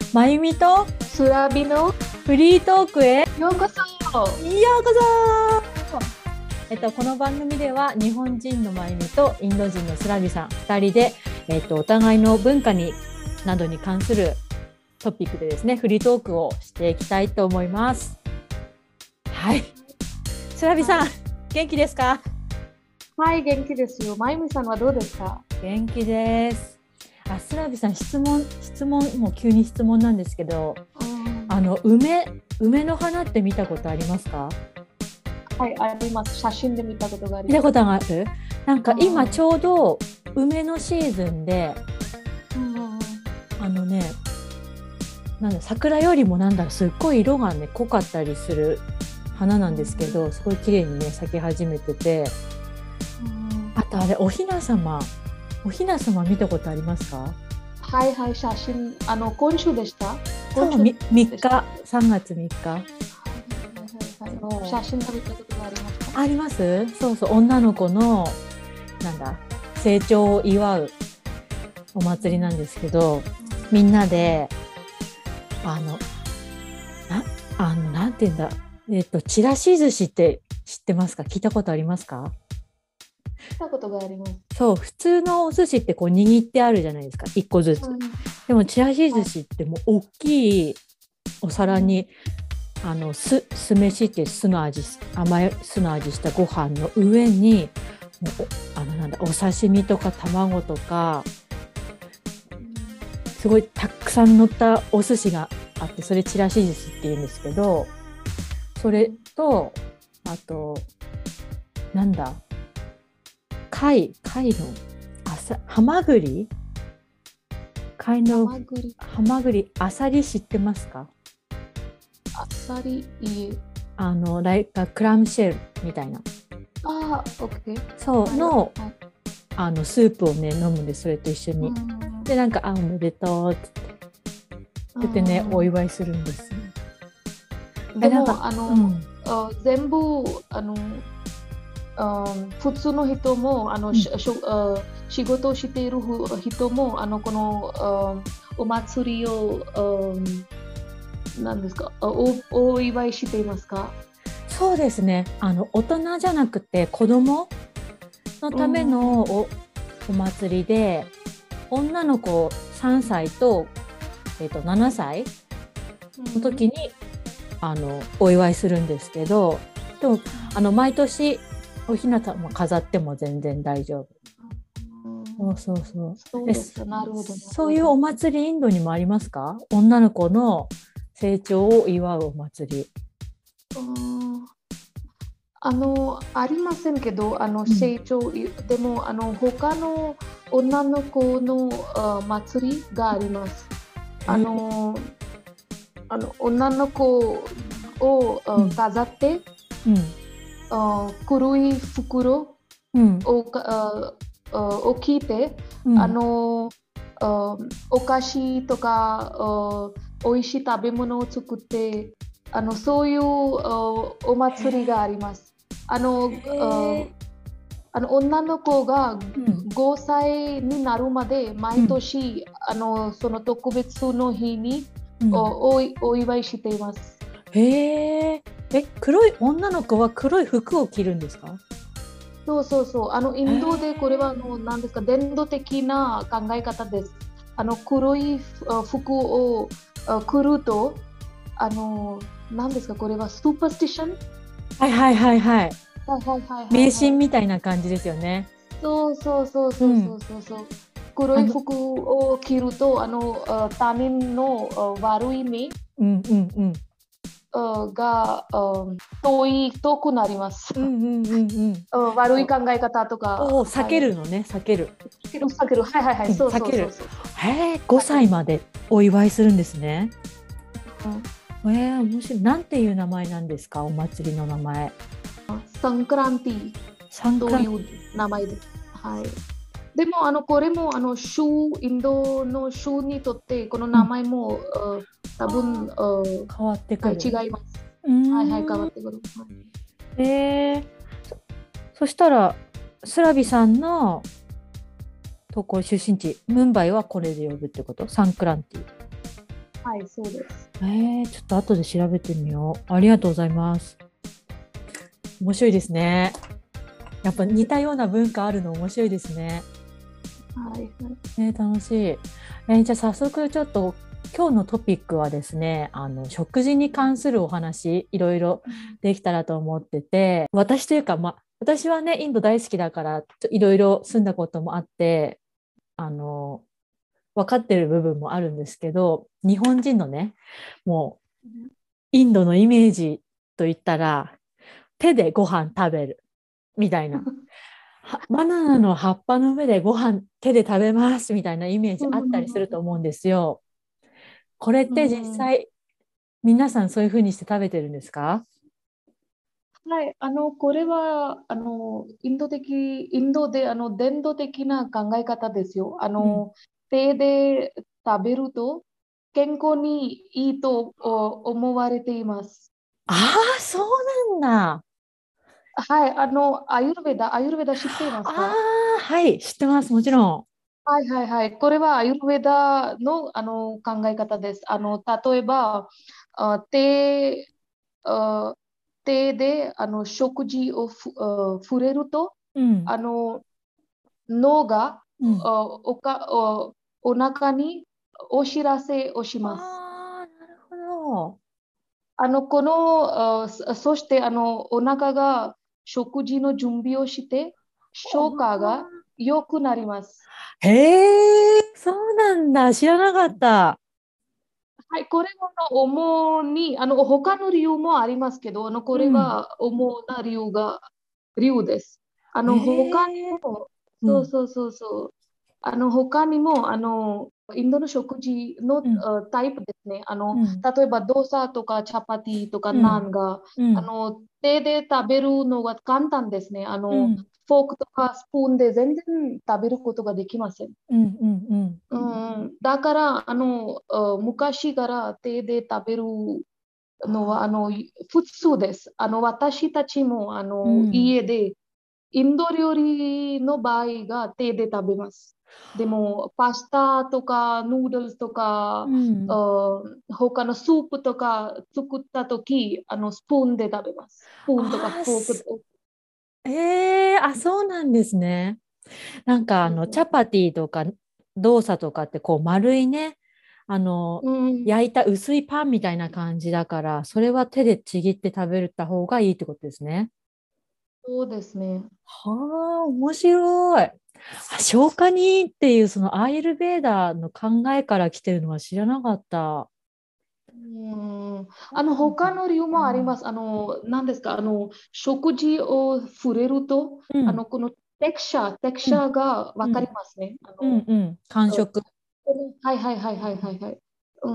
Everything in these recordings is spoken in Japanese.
まゆみとスラビのフリートークへようこそ。 ようこそ。この番組では日本人のまゆみとインド人のスラビさん2人で、お互いの文化などに関するトピックでですね、フリートークをしていきたいと思います。はい。スラビさん、元気ですか？ はい、元気ですよ。まゆみさんはどうですか？ 元気です。スラビさん、質問、もう急に質問なんですけど、梅の花って見たことありますか？ はい、あります。写真で見たことがあり見たます。 ことがある？なんか今ちょうど梅のシーズンで、桜よりもすっごい色がね濃かったりする花なんですけど、すごい綺麗にね咲き始めてて、あとあれおひなさま見たことありますか？ はいはい、写真、今週でした。 そう、3日、3月3日。 写真で見たことがありますか？ あります。そうそう、女の子の成長を祝うお祭りなんですけど、みんなでなんていうんだ、ちらし寿司って知ってますか？聞いたことありますか？ 見たことがあります。 そう、普通のお寿司ってこう握ってあるじゃないですか、1個ずつ。でもちらし寿司ってもう大きいお皿に酢飯って甘い酢の味したご飯の上にお刺身とか卵とかすごいたくさん乗ったお寿司があって、それちらし寿司って言うんですけど、それとあと貝のハマグリアサリ知ってますか？ あさりいい。 クラムシェルみたいな。 オッケー。 そうの、スープをね飲むんで、それと一緒に。でおめでとうって言ってね、お祝いするんです。 でも全部普通の人も仕事をしている人もこのお祭りを何ですか、お祝いしていますか？ そうですね。大人じゃなくて子供のためのお祭りで、女の子3歳と、7歳の時に、お祝いするんですけど、でも毎年おひなさま飾っても全然大丈夫。そうです。なるほど。 そういうお祭りインドにもありますか？女の子の成長を祝うお祭り。 ありませんけど、成長、でも他の女の子の祭りがあります。女の子を飾って、黒い袋を着て、お菓子とかおいしい食べ物を作って、そういうお祭りがあります。女の子が5歳になるまで毎年、その特別の日に、お祝いしています。 女の子は黒い服を着るんですか？ そうインドでこれは何ですか、伝統的な考え方です。黒い服を着ると何ですか、これはスーパースティション。 迷信みたいな感じですよね。 そう。黒い服を着ると他人の悪い目が遠くなります。悪い考え方とかを避けるのね。避ける。 そう。 5歳までお祝いするんですね。面白い。なんていう名前なんですか？お祭りの名前。 サンクランティという名前です。でもこれもインドの州にとってこの名前も、多分変わってくる。 違います。変わってくる。 そしたらスラビさんの出身地ムンバイはこれで呼ぶってこと？サンクランティ。 はい、そうです。 ちょっと後で調べてみよう。ありがとうございます。面白いですね。やっぱ似たような文化あるの面白いですね。 はい、はい。 楽しい。じゃあ早速ちょっと今日のトピックはですね、食事に関するお話、いろいろうん、 できたらと思ってて、私というか、私はね、インド大好きだから、いろいろ住んだこともあって、あの、分かってる部分もあるんですけど、日本人のね、もう、インドのイメージといったら、手でご飯食べるみたいな。バナナの葉っぱの上でご飯手で食べますみたいなイメージあったりすると思うんですよ。これっうて実ん、 際皆さんそういうふうにして食べてるんですか？ はい、これは、インドで、伝統的な考え方ですよ。 うん。 手で食べると健康にいいと思われています。 ああ、そうなんだ。 はい、アユルヴェダ知っていますか？ ああ、はい、知ってます。もちろはいはいはい。これはアユルヴェダの、考え方です。例えば、あ手、あ手で食事を触れると、 ん。うん。 あの脳がうん。 お腹にお知らせをします。 ああ、なるほど。 この、そしてお腹が食事の準備をして消化が良くなります。 へえ、そうなんだ。知らなかった。 はい、これの主に他の理由もありますけど、これうん。 が主な理由です。 へ他にえ。 も、 うん。 そう。他にも、インドの食事のうん。 タイプですね。 うん。 例えば、ドーサとかチャパティとかうん。 ナンが、 うん。 手で食べるのが簡単ですね。 うん。 フォークとかスプーンで全然食べることができません。 うん。うん。うん。 うん、だから、昔から手で食べるのは、普通です。私たちも、 うん。 家で、インド料理の場合が手で食べます。でも、パスタとか、ヌードルとか、 うん。 他のスープとか作ったとき、スプーンで食べます。スプーンとかああ、 フォークと。 そうなんですね。なんかそうそう。 チャパティとかドーサとかってこう丸いね、あのうん、 焼いた薄いパンみたいな感じだから、それは手でちぎって食べた方がいいってことですね。 そうですね。 はあ、面白い。消化にっていうそのアーユルヴェーダの考えから来てるのは知らなかった。 うん、 そうなんだ。 他の理由うん。 もあります。何ですか、食事を触れると、 うん。 このテクうん。 シャーがわかりうん。 ますね。 うん。うん。感うん触。 はいはいはいはいはいはい。うん、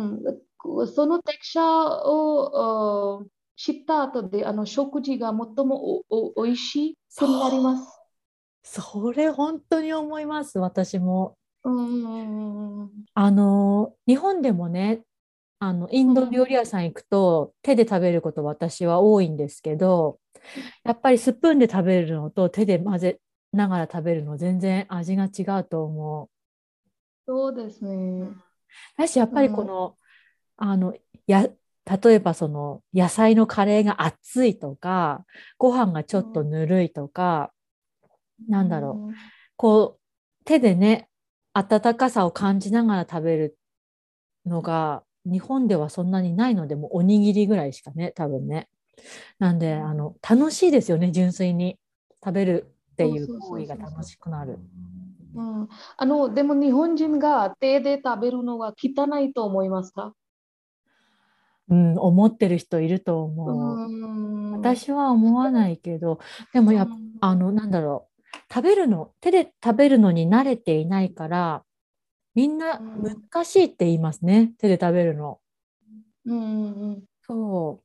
そのテクシャーを知った後で、食事が最もおいしそくなります。 う。それ本当に思います、私も。 うん日本でもね、インドうん料理屋さん行くと手で食べること私は多いんですけど、やっぱりスプーンで食べるのと手で混ぜながら食べるの全然味が違うと思そうですう。 ね。 だし、やっぱりこうんの、あの、例えばその野菜のカレーが熱いとか、ご飯がちょっとうんぬるいとか、 うなんだろう、 んこう、手でね、温かさを感じながら食べるのが、日本ではそんなにないので、もうおにぎりぐらいしかね、多分ね。なんで、楽しいですよね、純粋に。食べるっていうそうそう行為が楽そうそうそう。 しくなる。 うん、でも日本人が手で食べるのは汚いと思いますか？ うん、思ってる人いるとう思う。 ん、うん、 私は思わないけど、でもなんだろう。手で食べるのに慣れていないから、みんなうん難しいって言いますね、手で食べるの。 うんそ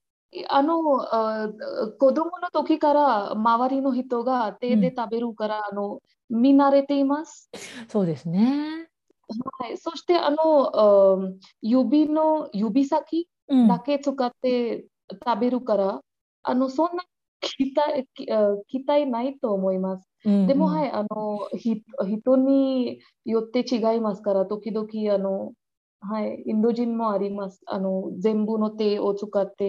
子供の時から周りの人がう。う手でん。 食べるから、見慣れています。 そうですね。 はい、そして、指先うん。 だけ使って食べるから、そんな期待ないと思います。 うんでも、 うん。 はい、人によって違いますから、時々、 はい、インド人もあります。全部の手を使って。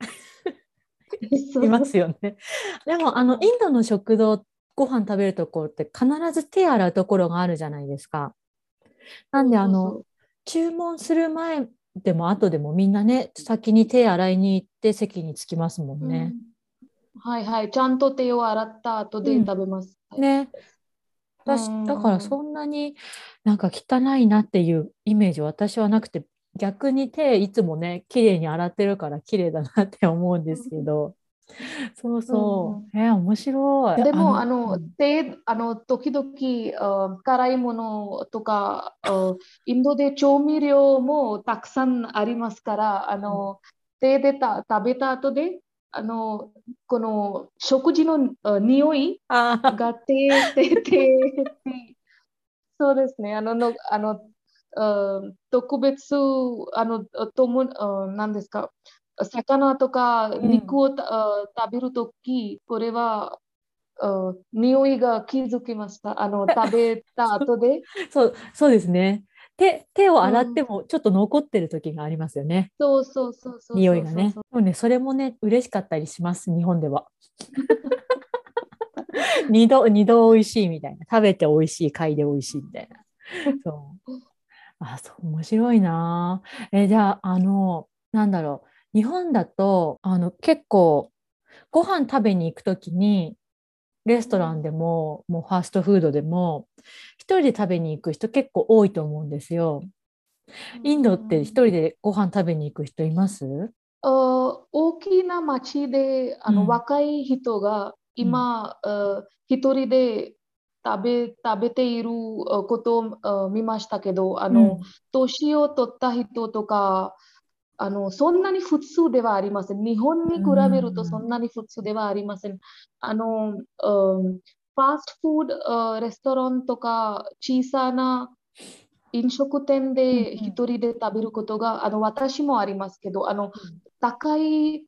そいまう。 すよね。でも、インドの食堂、ご飯食べるところって必ず手洗うところがあるじゃないですか。なんで、 そうそうそ注文する前でも後でもみんなね、先に手洗いに行って席に着きますもんう。うね。 ん、はいはい。ちゃんと手を洗った後でうん。 食べます。はい、 ね。 うだからんうん。 そんなになんか汚いなっていうイメージ私はなくて、逆に手いつもね、綺麗に洗ってるから綺麗だなって思うんですけど。そううんうん。 そう。面白い。 でも、 うん。 時々、辛いものとか、インドで調味料もたくさんありますから、 うん。 手で食べた後で、あの、この食事の匂いああ、 がそうですね、特別、何ですか、魚とかうん。 肉を食べるとき、これは、匂いが気づきました。食べた後で。 そうですね。手をう洗ってん、 もちょっと残ってる時がありますよね。 そうそうそうそう匂いがね。 そうそうそう。 でもね、それもね、嬉しかったりします、日本では。二度美味しいみたいな。食べて美味しい、嗅いで美味しいみたいな。そう。そう、面白いな。じゃあ、なんだろう。日本だと、結構、ご飯食べに行くときに、レストランでも、もうファーストフードでも、一人で食べに行く人結構多いと思うんですよ。 うインドって一ん、 人でご飯食べに行く人います？ 大きな町でうん。 若い人がうん。 今、一人で食べていることを見ましたけど、 うん。 年を取った人とか、そんなに普通ではありません。日本に比うべるとそん。 んなに普通ではありません。ファーストフード、レストランとか小さな飲食店で一うん。 人で食べることが、私もありますけど、 うん。 高い、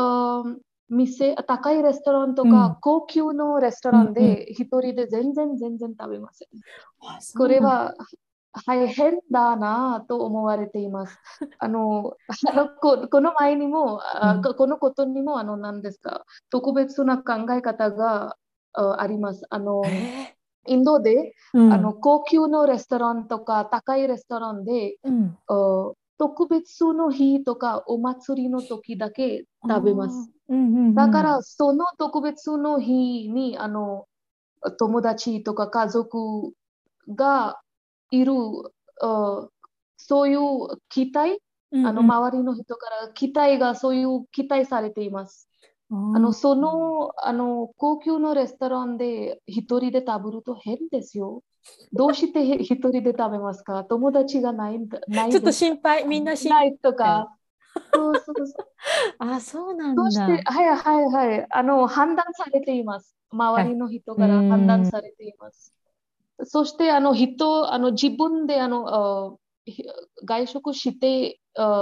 高いレストランとうん。 か、高級のレストランうん。うん。 で一人で全然食べません。 そうなんだ。 これは大変だなと思われています。この前にも、 うん。 このことにも、何ですか、特別な考え方があります。 えー、 インドでうん。 高級のレストランとか高いレストランでうん。 特別の日とかお祭りの時だけああ、 食べます。 うんうんうん。 だからその特別の日に友達とか家族がいる、あそういう期待、 うんうん。 周りの人から期待がそういう期待されています。 ああ、 高級のレストランで一人で食べると変ですよ。どうして一人で食べますか？友達がなちょっといですか？ 心配、みんな心配ないとみたいな。 か。そうそうそう。 そうなどうして、 んだ。 はいはいはい。判断されています。 はい。 周りの人うから判断ーん。 されています。そして、自分でひ外食して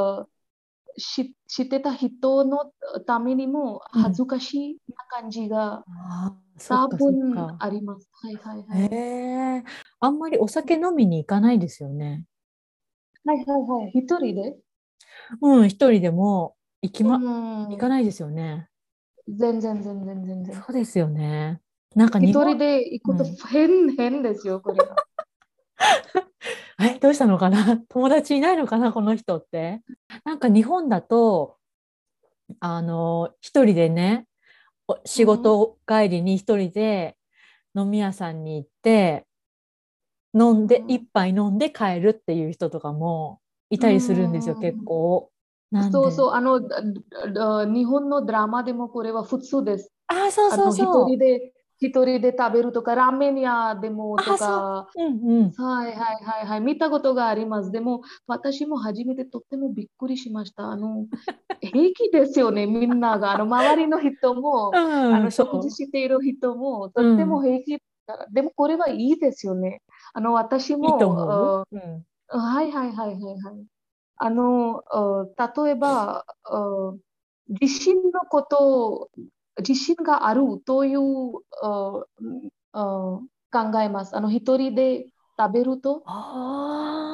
してた人のためにもうん。 恥ずかしいな感じがそっ多かそっ分か。 あります。はいはいへはい。 え。あんまりお酒飲みに行かないですよね。 はいはいはい。一人で、 うん、一人でもう行かん、 ないですよね。 全然。 そうですよね。なんか日本、 一人で行くとうん。 変ですよ、これは。 どうしたのかな友達いないのかなこの人って。なんか日本だと、一人でね、仕うん、 事帰りに一人で飲み屋さんに行って、一うん、 杯飲んで帰るっていう人とかもいうたりするんですよ、結ん。 構。なんで。 そうそう、日本のドラマでもこれは普通です。 そうそうそう。 一人で食べるとか、ラーメン屋でもとそう。 か、 うんうん。 はいはいはいはい、見たことがあります。でも、私も初めてとってもびっくりしました。平気ですよね、みんなが。周りの人も、 うん、 食事そしている人も、 う。 とってうん。 も平気だから。でも、これはいいですよね。私いいとも、 思う。うん。 はいはいはいはいはい。例えば、地震のことを、地震があるという、考えます。一人で食べると、 あ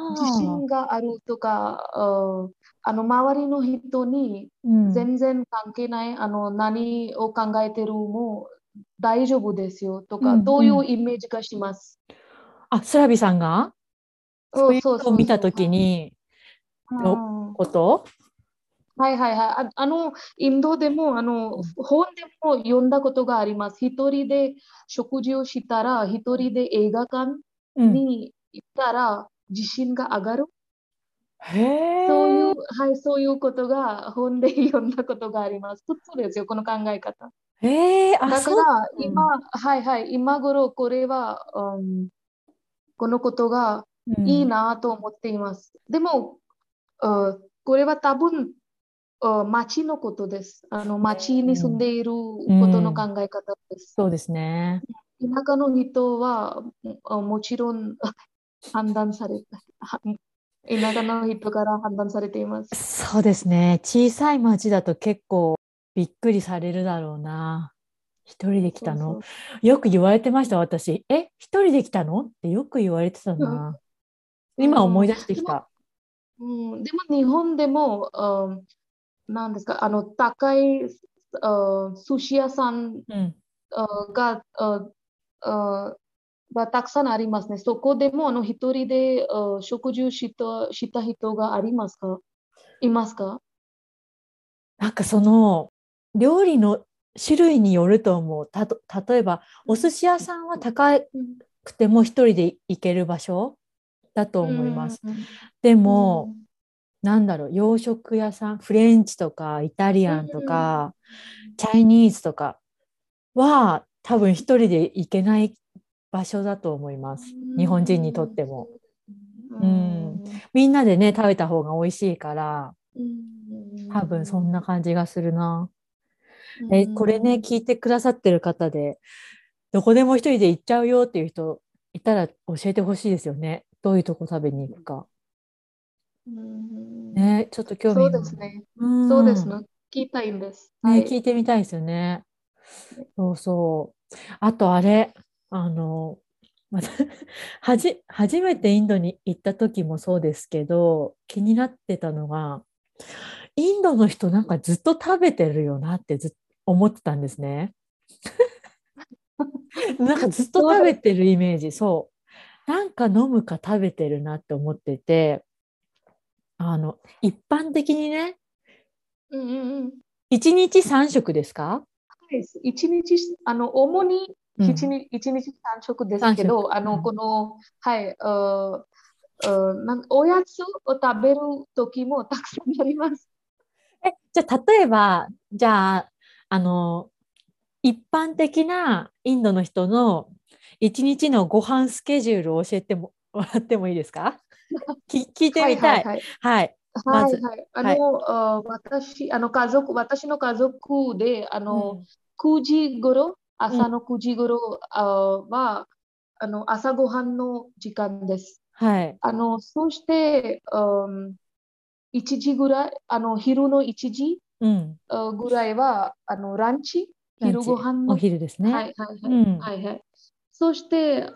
自信があるとか、周りの人に全然関係ない、何を考えてるも大丈夫ですよとか、どういうイメージがします。 あ、スラビさんがそういうそう人を見たとそうそう。 きに、のうんことはいはいはい。インドでも、本でも読んだことがあります。一人で食事をしたら、一人で映画館うん。 に行ったら、自信が上がる。 へえ。 そういうことが本で読んだことがあります。普通ですよ、この考え方。 へえ、あ、 だかそう。 ら、 うん。 今頃これは、このことがいいうん。 なと思っています。でも、これは多分、町のことです。町に住んでいるうことのん。 考え方です。 そうですね。 田舎の人は、もちろん判断された。田舎の人から判断されています。 そうですね。小さい町だと結構びっくりされるだろうな。一人で来たのそうそう。 よく言われてました、私。一人で来たのってよく言われてたな。今思い出してきた。 でも日本でも、なんですか、高い、寿司屋さんうん。 が、あたくさんありますね。そこでも一人で食事をした人がありますかいますかなんかその料理の種類によると思う。例えば、お寿司屋さんは高うんくても一人で行ける場所だとう思います。 んうんでうも、 んなんだろう、洋食屋さん、フレンチとかイタリうアンとんか、チャイニーズとかは多分一人で行けない場所だと思います。日本人にとっても。 ううん。 んみんなでね、食べた方が美味しいから、多分そんなうん感じがするな。 うこれね、 ん聞いてくださってる方で、どこでも一人で行っちゃうよっていう人いたら教えてほしいですよね。どういうとこ食べに行くか。 うんね、ちょっと興そう味が。 ですね。 うそうですん。 ね。聞きたいんです。はね、 い。 聞いてみたいですよね。そうそう。あとあれ、あの、また初めてインドに行った時もそうですけど、気になってたのが、インドの人なんかずっと食べてるよなって思ってたんですね。なんかずっと食べてそうです。 るイメージ、そう。なんか飲むか食べてるなって思ってて、一般的にね、 うんうんうん。 1日3食ですか？ はい一日、主にうん。 一日三食です 3食。 けど、 うん。 はい、おやつを食べる時もたくさんあります。 じゃあ、例えば、じゃあ、あの、一般的なインドの人の1日のご飯スケジュールを教えてもらってもいいですか？聞いてはいみたい。 はいはい。 はい。まず、 はいはい。 はい。 私の家族で、 うん。 9時頃、 うん。 朝の9時頃は、朝ごはんの時間です。 はい。 そして、1時ぐらい、昼の1時うん。 ぐらいは、ランチ、昼ごランチ、お飯の、 昼ですね。 はいはいはい、 うん。 はいはい。そして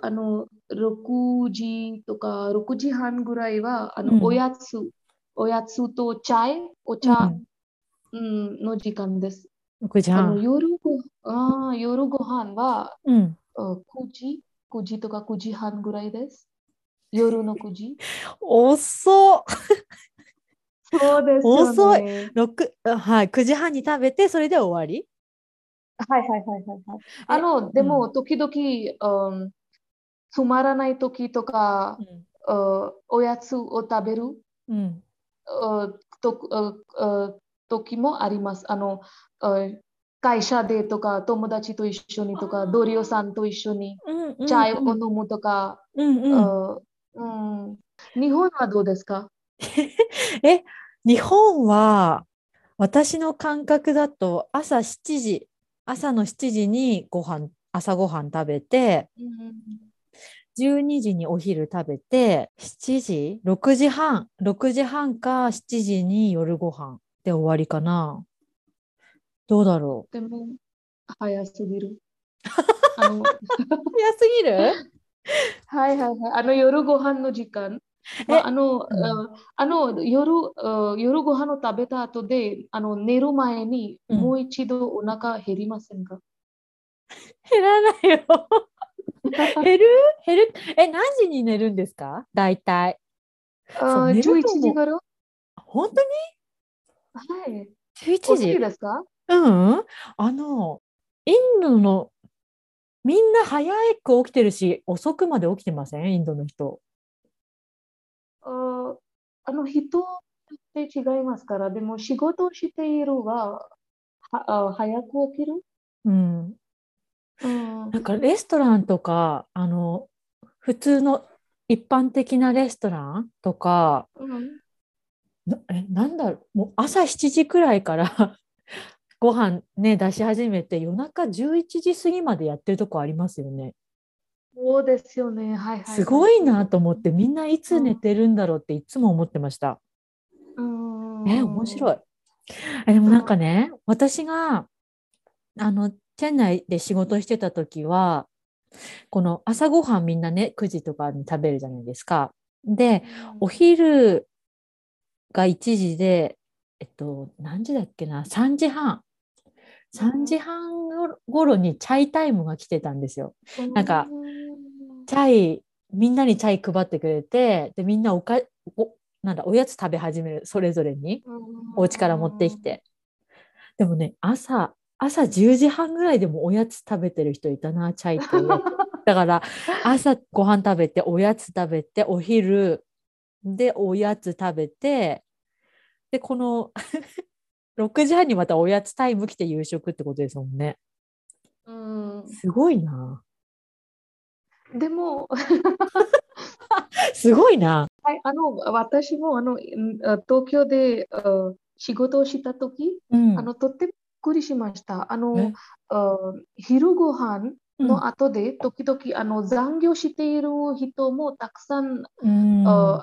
、6時とか6時半ぐらいは、 うん。 おやつとお茶、 うん。 の時間です。 6時半。 夜ご飯は、 うん。 9時とか9時半ぐらいです。夜の9時。 遅っ。 そうですよ遅い。 ね。 はい。9時半に食べて、それで終わり？ はいはいはいはいはい。でも、 うん。 時々、つまらない時とか、 うん。 おやつを食べるうん。 あと時もあります。あ会社でとか、友達と一緒にあとか、同僚さあ。 んと一緒にうんうんチャイをうん。 飲むとか、 うんうん。 あうん、日本はどうですかえ、日本は私の感覚だと朝の7時に朝ごはん食べて、 うん、 12時にじにお昼食べて、7時 ?6 時半か7時に夜ご飯で終わりかな。どうだろう。 でも早すぎる。あの、 早すぎる？ はいはいはい。夜ご飯の時間。 まあ、 え、うん、 夜ご飯を食べた後で、寝る前にうん。 もう一度お腹減りませんか？ 減らないよ。減る減る。何時に寝るんですか大体？そう、寝る 11 と思う。 時頃。 本当にはい。 ?11 時。 遅いですか？ うん。インドの、みんな早く起きてるし、遅くまで起きてませんインドの人？ あ人って違いますから、でも仕事をしている早く起きる。 うん。 うん。うん。 なんかレストランとか、普通の一般的なレストランとか、なんだろう、もう朝7時くらいからご飯ね、出し始めて、夜中11時過ぎまでやってるとこありますよね。 そうですよね。はいはいはい。 すごいそうです。 なと思って、みんないつ寝てるんだろうっていつも思ってました。 うん。うん。うん。 面白い。でもなんかね、私が、チェン内で仕事してた時は、この朝ごはんみんなね、9時とかに食べるじゃないですか。で、お昼が1時で、何時だっけな、3時半。3時半頃にチャイタイムが来てたんですよ。 うなんか、 ん。 チャイ、みんなにチャイ配ってくれて、で、みんななんだ、おやつ食べ始める、それぞれに、 うお家から持ってきん。 て。でもね、朝10時半ぐらいでもおやつ食べてる人いたな、チャイとおやつ。だから、朝ご飯食べて、おやつ食べて、お昼でおやつ食べて、で、この6時半にまたおやつタイム来て夕食ってことですもんね。 うん。 すごいな。 でも、 すごいな。 はい、私も東京で仕事をしたとき、 うん。 とってもびっくりしました。 え、 昼ご飯うん。 の後で、時々残業している人もたくさんうん。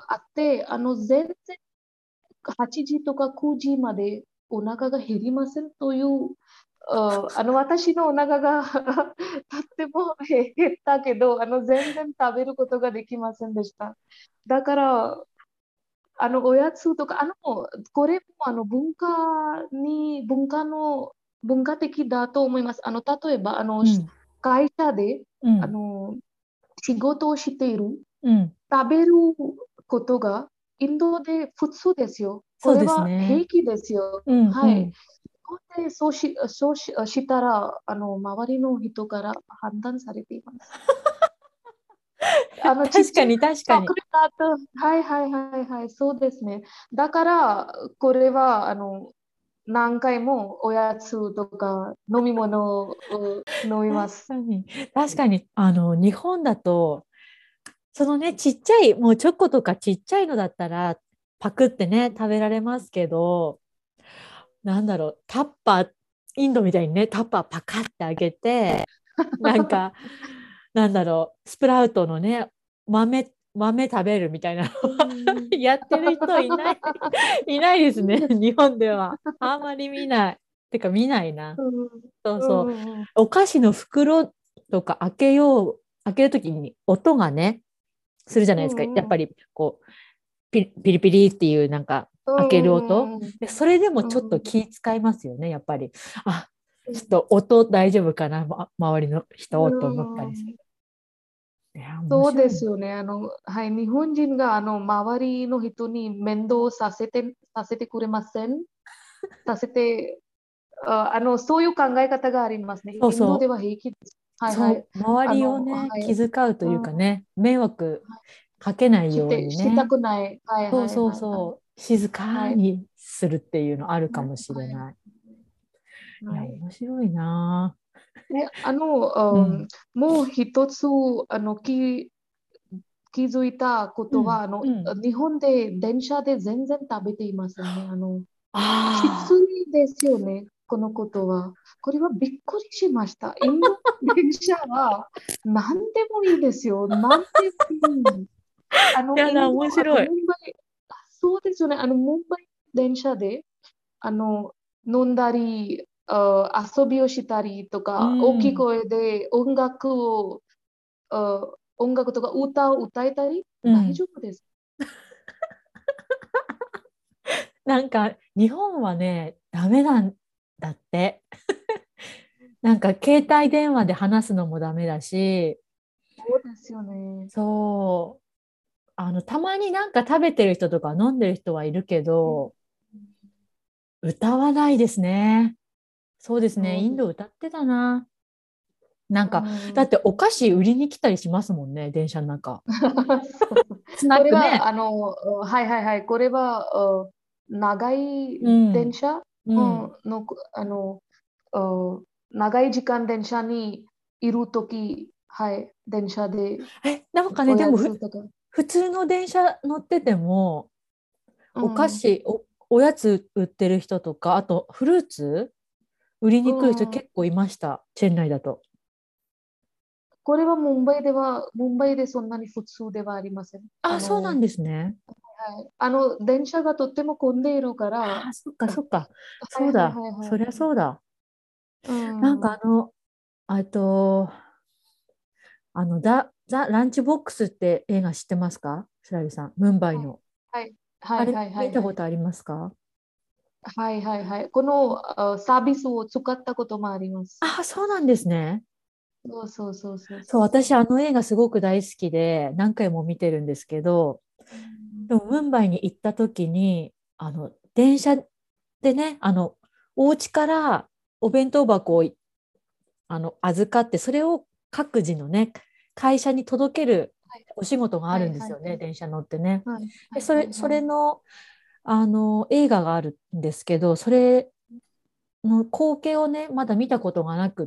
あって、全然8時とか9時までお腹が減りませんという、私のお腹がとっても減ったけど、全然食べることができませんでした。だから、おやつとか、これも文化的だと思います。例えば、 うん。 会社で、 うん。 あの、仕事をしている、 うん。 食べることがインドで普通ですよ。こそうですれはね。 平気ですよ。 うん。うはい。 ん。 でそうしたら、周りの人から判断されています。ちっちゃい確かに、確かに。 チョコレート、はいはいはいはい、そうですね。だから、これは、何回もおやつとか飲み物を飲みます。 確かに。確かに、日本だと、そのね、ちっちゃい、もうチョコとかちっちゃいのだったら、パクってね、食べられますけど、なんだろう、インドみたいにね、タッパーパカってあげて、なんか、なんだろう、スプラウトのね、豆食べるみたいなのうはん。 やってる人いない、いないですね、日本では。あんまり見ない。てか見ないな。そううそう。 ん。うん。 お菓子の袋とか開けるときに音がね、するじゃないですか。やっぱりこう、ピリピリっていうなんか開ける音。で、それでもちょっと気遣いますよね、やっぱり。あ、ちょっと音大丈夫かな、周りの人と思ったりする。いや、面そう白い。 ですよね。はい、日本人が周りの人に面倒をさせてくれません。させて、そういう考え方がありますね。インドでそうそは平気です。はう。 いはい。 そう、周りをね、 はい。 気遣うといううん、 かね、迷惑かけないようにしたね。 くない。はいそうそうはいはいはい。 そう。静かはい。 にするっていうのあるかはいもしれない。いや、 はい。 面白いな。 で、 うん。 もう一つ、あの、気、気づいたこうん。 とは、 うん。 日本で電車で全然食べていませんね。きつあいですよね、このことは。これはびっくりしました。インドの電車は何でもいいですよ。何でもいい。 あ。やだ、 インド、 面白い。 ムンバイ、そうですよね。ムンバイ電車で、飲んだり、遊びをしたりとうか、大きいん。 声で音楽とか歌を歌えたり、大うん。 丈夫です。 なんか日本はね、ダメなんだって。なんか携帯電話で話すのもダメだし、 そうですよね。 そう、たまになんか食べてる人とか飲んでる人はいるけうん、 ど、歌わないですね。そうですね。インドそうです。 歌ってたな。なんうか、だっん。 てお菓子売りに来たりしますもんね、電車の中。 そうそう。 スナッこれは、 クね。 はいはいはい。これは、長いうん。 電車うん。 の、長い時間電車にいるとき、はい、電車でなんかね、 おやでもつとか。 普通の電車乗ってても、お菓うん。 子、おやつ売ってる人とか、あとフルーツ売りうに来る人ん。 結構いました、チェン内だと。 これはムンバイでそんなに普通ではありません。 あ、そうなんですね。 はい、電車がとっても混んでいるから、はそっかそっか。 いはいはいそうだ。そりゃはい。 そうだ。 うなんかん。 あと、ザ・ランチボックスって映画知ってますか、白木さん。ムンバイの。 はいはいあれ、 はいはいはい。 見たことありますか？ はいはいはい。このサービスを使ったこともあります。 そうなんですね。 そうそうそうそうそう、 そうそう。 私、あの映画すごく大好きで、何回も見てるんですけど、 うん。 でも、ムンバイに行った時に、電車でね、お家からお弁当箱を預かって、それを各自のね、会社に届けるはいお仕事があはいるんですよね、 はいはい電車乗ってね。 はいで、 はいはいそはい。 れの、映画があるんですけど、それの光景をね、まだ見たことがなくって、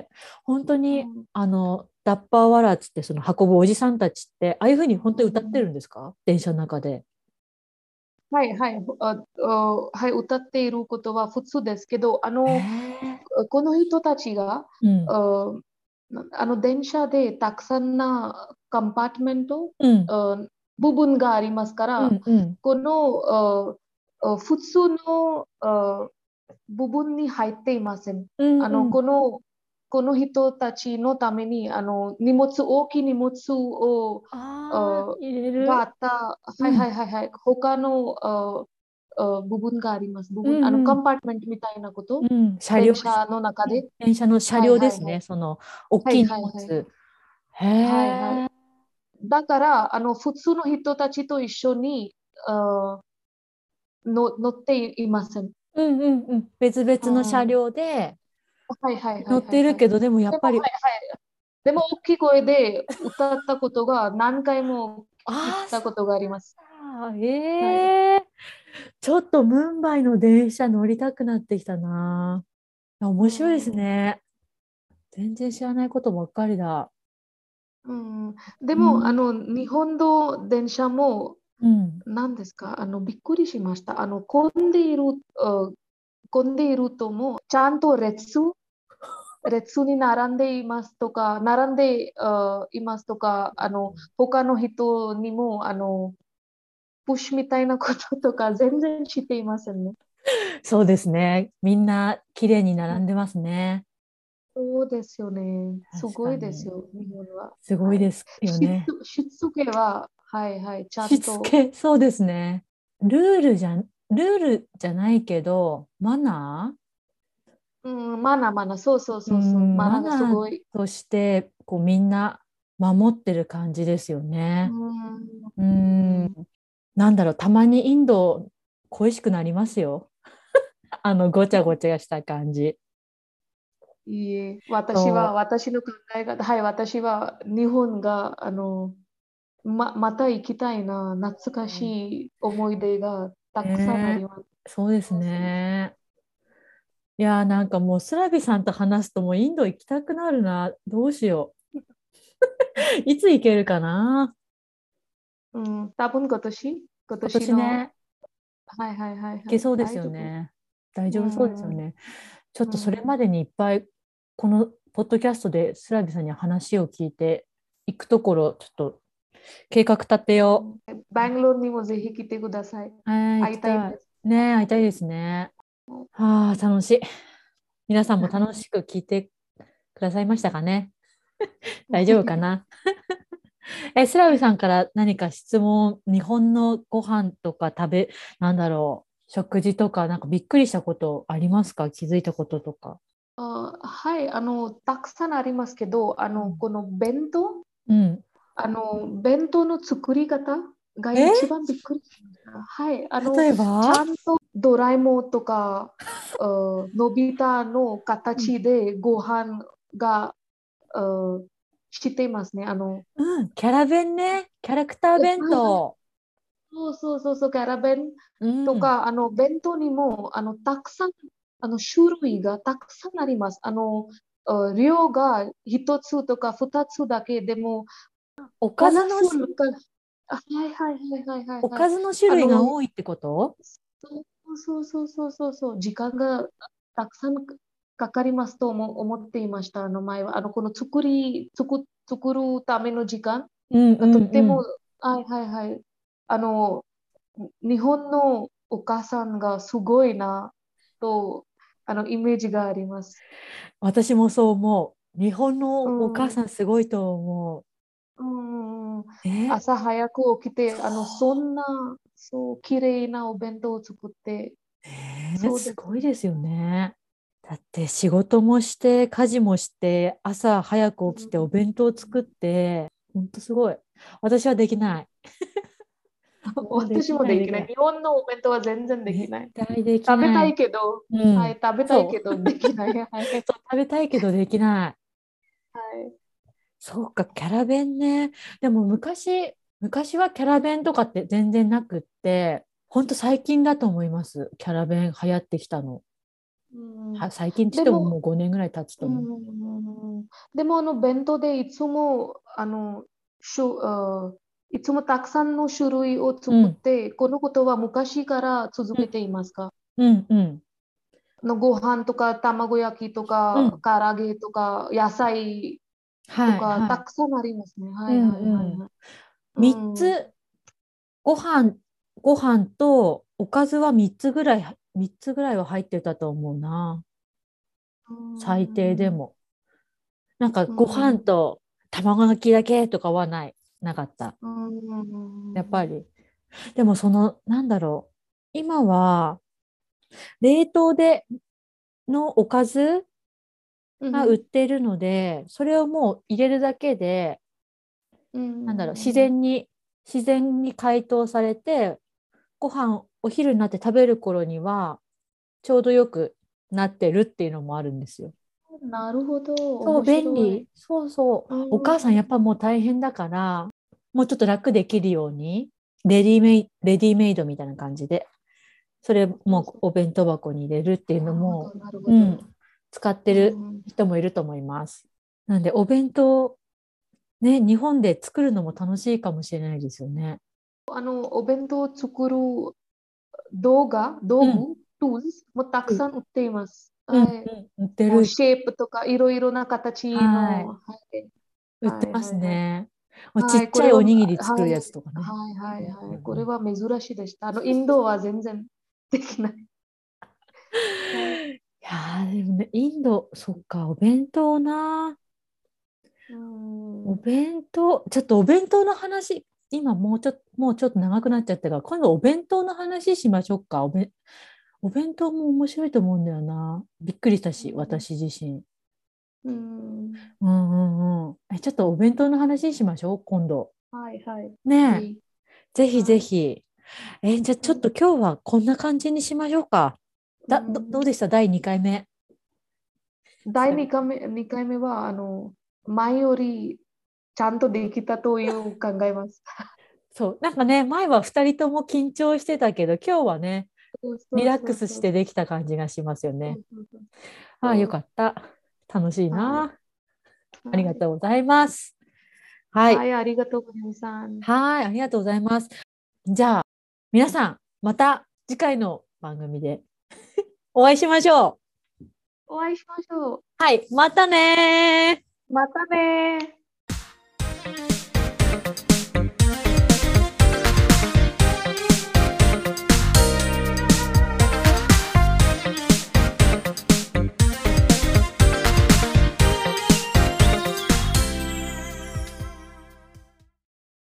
本当に、 うん。 ダッパーワラッツってその運ぶおじさんたちって、ああいうふうに本当に歌ってうん。 るんですか、電車の中で。 はいはい。はい、歌っていることは普通ですけど、 へえ。 この人たちが、 うん。 あ電車でたくさんなカンパートメント、 うん。 部分がありますから、 うん。うん。 この普通の部分に入っていません。 うん。 あの、 うん。 この、この人たちのために、大きい荷物を、 入れがある。 った、はいはうん。 いはいはい、他の部分があります。 うん。うん。 カンパートメントみたいなこと、 うん。車両、 電車の中うん、 で。 電車の車はい両ですね。 はいはい。 その、大はいきい荷はいはい。 物。へはいはい。 え。 だから、普通の人たちと一緒に、あ乗っていません。 うん。うん。うん。別々 うの車ん。 両ではいはいは乗いはいはい。 ってるけど、でもやでも、はっぱり、 いはい。でも、大きい声で歌ったことが何回も聞いたそうことがあります。 なんだ。 はい。 ちょっとムンバイの電車乗りたくなってきたな。 う面白いですん。 ね。全然知らないことばっかりだ。 うん。でも、 うん。 日本の電車も、 うん。 何ですか、びっくりしました。混んでいるとも、ちゃんと列に並んでいますとか、並んで、いますとか、他の人にも、プッシュみたいなこととか全然していませんね。 そうですね。みんな綺麗に並んでますね。 そうですよね。す確ごかに。 いですよ、日本は。 すごいはい。 ですよね。 しつけは、はいはい、ちゃしんと、 つけ、そうですね。ルールじゃないけど、マナうん、マナー、そうそうー、うそうそう、 ん、 マナーがすマナーごい。 として、こうみんな守ってる感じですようね。 ん、 うん、 うん、 なんだろう、たまにインド恋しくなりますよ。ごちゃごちゃした感じ。 いいえ、 そ私の考え方、はい、私は日本が、また行きたいな、懐かしう。 い思い出がたくさんありね、 ます。 そうですそうそう。 ね。いやー、なんかもうスラビさんと話すともうインド行きたくなるな。どうしよう。いつ行けるかな。 うん、多分今今年の、 年ね、 はいはいはいはい、 行けそうです大丈夫。 よね。大う丈夫そうですよん、 ね。ちょっとそれうん。 までにいっぱい、このポッドキャストでスラビさんに話を聞いて、行くところ、ちょっと計画立てようん、バングローにもぜひ来てください。 う。行会いたいきたい。 です。 ね、会いたいはい。 ですね。はあ、楽しい。皆さんも楽しく聞いてくださいましたかね。大丈夫かな。 スラビさんから何か質問、日本のご飯とかなんだろう、食事とか、なんかびっくりしたことありますか？気づいたこととか。 はい、たくさんありますけど、このうん。 弁当の作り方が一番びっくりしました。はい、 例えちゃば？ んとドラえもんとか、のび太のうん、 形でご飯が、していますね。 うん、キャラ弁ね。キャラクター弁当。 そうそうそうそう、キャラ弁うん。 とか、弁当にも、たくさん、種類がたくさんあります。量が一つとか二つだけでも、 おかこんなずのし、 種類が、はいはいはいはいはいはい。 おかずの種類が多いってこと？ そうそうそうそうそう、時間がたくさんかかりますと思っていました、前は。この作るための時間うんうがとっても、 んうん。 はいはいはい。あの、日本のお母さんがすごいなと、イメージがあります。 私もそう思う。日本のうん、 お母さんすごいと思うん、 う。え、 朝早く起きて、そそんな、そう、綺麗なお弁当を作って、 すそうです。 ごいですよね。だって仕事もして家事もして朝早く起きておうん、 弁当作って、ほんとすごい。私はできない。もうで私きもできない。 ないできない。 日本のお弁当は全然でき絶ない。 対でき食べたいない。 けど、 うん。 はい、食べたいそう。 けどできない。はい。 そう、食べたいけどできない。 はい。 そうか、キャラ弁ね。でも昔はキャラ弁とかって全然なくって、ほんと最近だと思います。キャラ弁流行ってきたの。 うん、 最近って言っでも、 てももう5年ぐらい経つとう思う。 ん、でも弁当でいつも、いつもたくさんの種類をうん。 作って、このことは昔から続うん。 けていますか？ うん。うん。 ご飯とか卵焼きとか、 うん。 唐揚げとか、野菜とか、 はいはい。 たくさんありますね。 うはいはいはんうん。 いはい。 3 うん。 つ、ご飯、ご飯とおかずは3つぐらいは入ってたと思うな。 う最低でん。 も。なんかうご飯ん。 と卵焼きだけとかはなかった。 うん。 やっぱり。でもなんだろう。今は冷凍のおかずが売っうん。 てるので、それをもう入れるだけで、 うなんだろう、 ん。 自然に解凍されて、お昼になって食べる頃には、ちょうどよくなってるっていうのもあるんですよ。 なるほど。 そう、 面白い。 便利。そうそう。 うお母さんやっぱもうん。 大変だから、もうちょっと楽できるように、レディメイドみたいな感じで、それもうそうそう。 お弁当箱に入れるっていうのも、 なるほど。なるほうん、 ど。 使ってうるん。 人もいると思います。なんで、お弁当、ね、日本で作るのも楽しいかもしれないですよね。 お弁当を作るうん、 道具、トゥールもたくうん、 さん売っています。 うん、 はい。 売ってる。 もうシェイプとかいろいろな形はい。 の、はい。はい売ってますはいはい。 ね。もうちはい、 っちゃいこれは、 おにぎり作るはい、 やつとかね。 はいはいうんうはい。これんは珍しいでした。インドは全然できない。はい。 いやでもね、インド、そっか、お弁当な。 うん。 お弁当、ちょっとお弁当の話、今もうちょっと長くなっちゃったから、今度お弁当の話しましょうか。お弁当も面白いと思うんだよな。びっくりしたし、 うん。 私自身。 うん。 うんうんうん。ちょっとお弁当の話しましょう、今度。 はいはい。ぜねえ、 ひ。 ぜひぜはい。 ひ。じゃあちょっはい。 と今日はこんな感じにしましょうか。 うん。 どうでした第2回目。 第2回目は、前よりちゃんとできたという考えます。 そう、なんかね、前は2人とも緊張してたけど、今日はね、 そうそうリラックそうそう。 スしてできた感じがしますよね。 そうそうそう。 ああ、よそう。 かった。楽しいはい。 な。ありがはい。 とうございます。はい。 はい、ありがとうございます。 はい、ありがとうございます。じゃあ、皆さん、また次回の番組でお会いしましょう。 お会いしましょう。 はい、またねー。 またね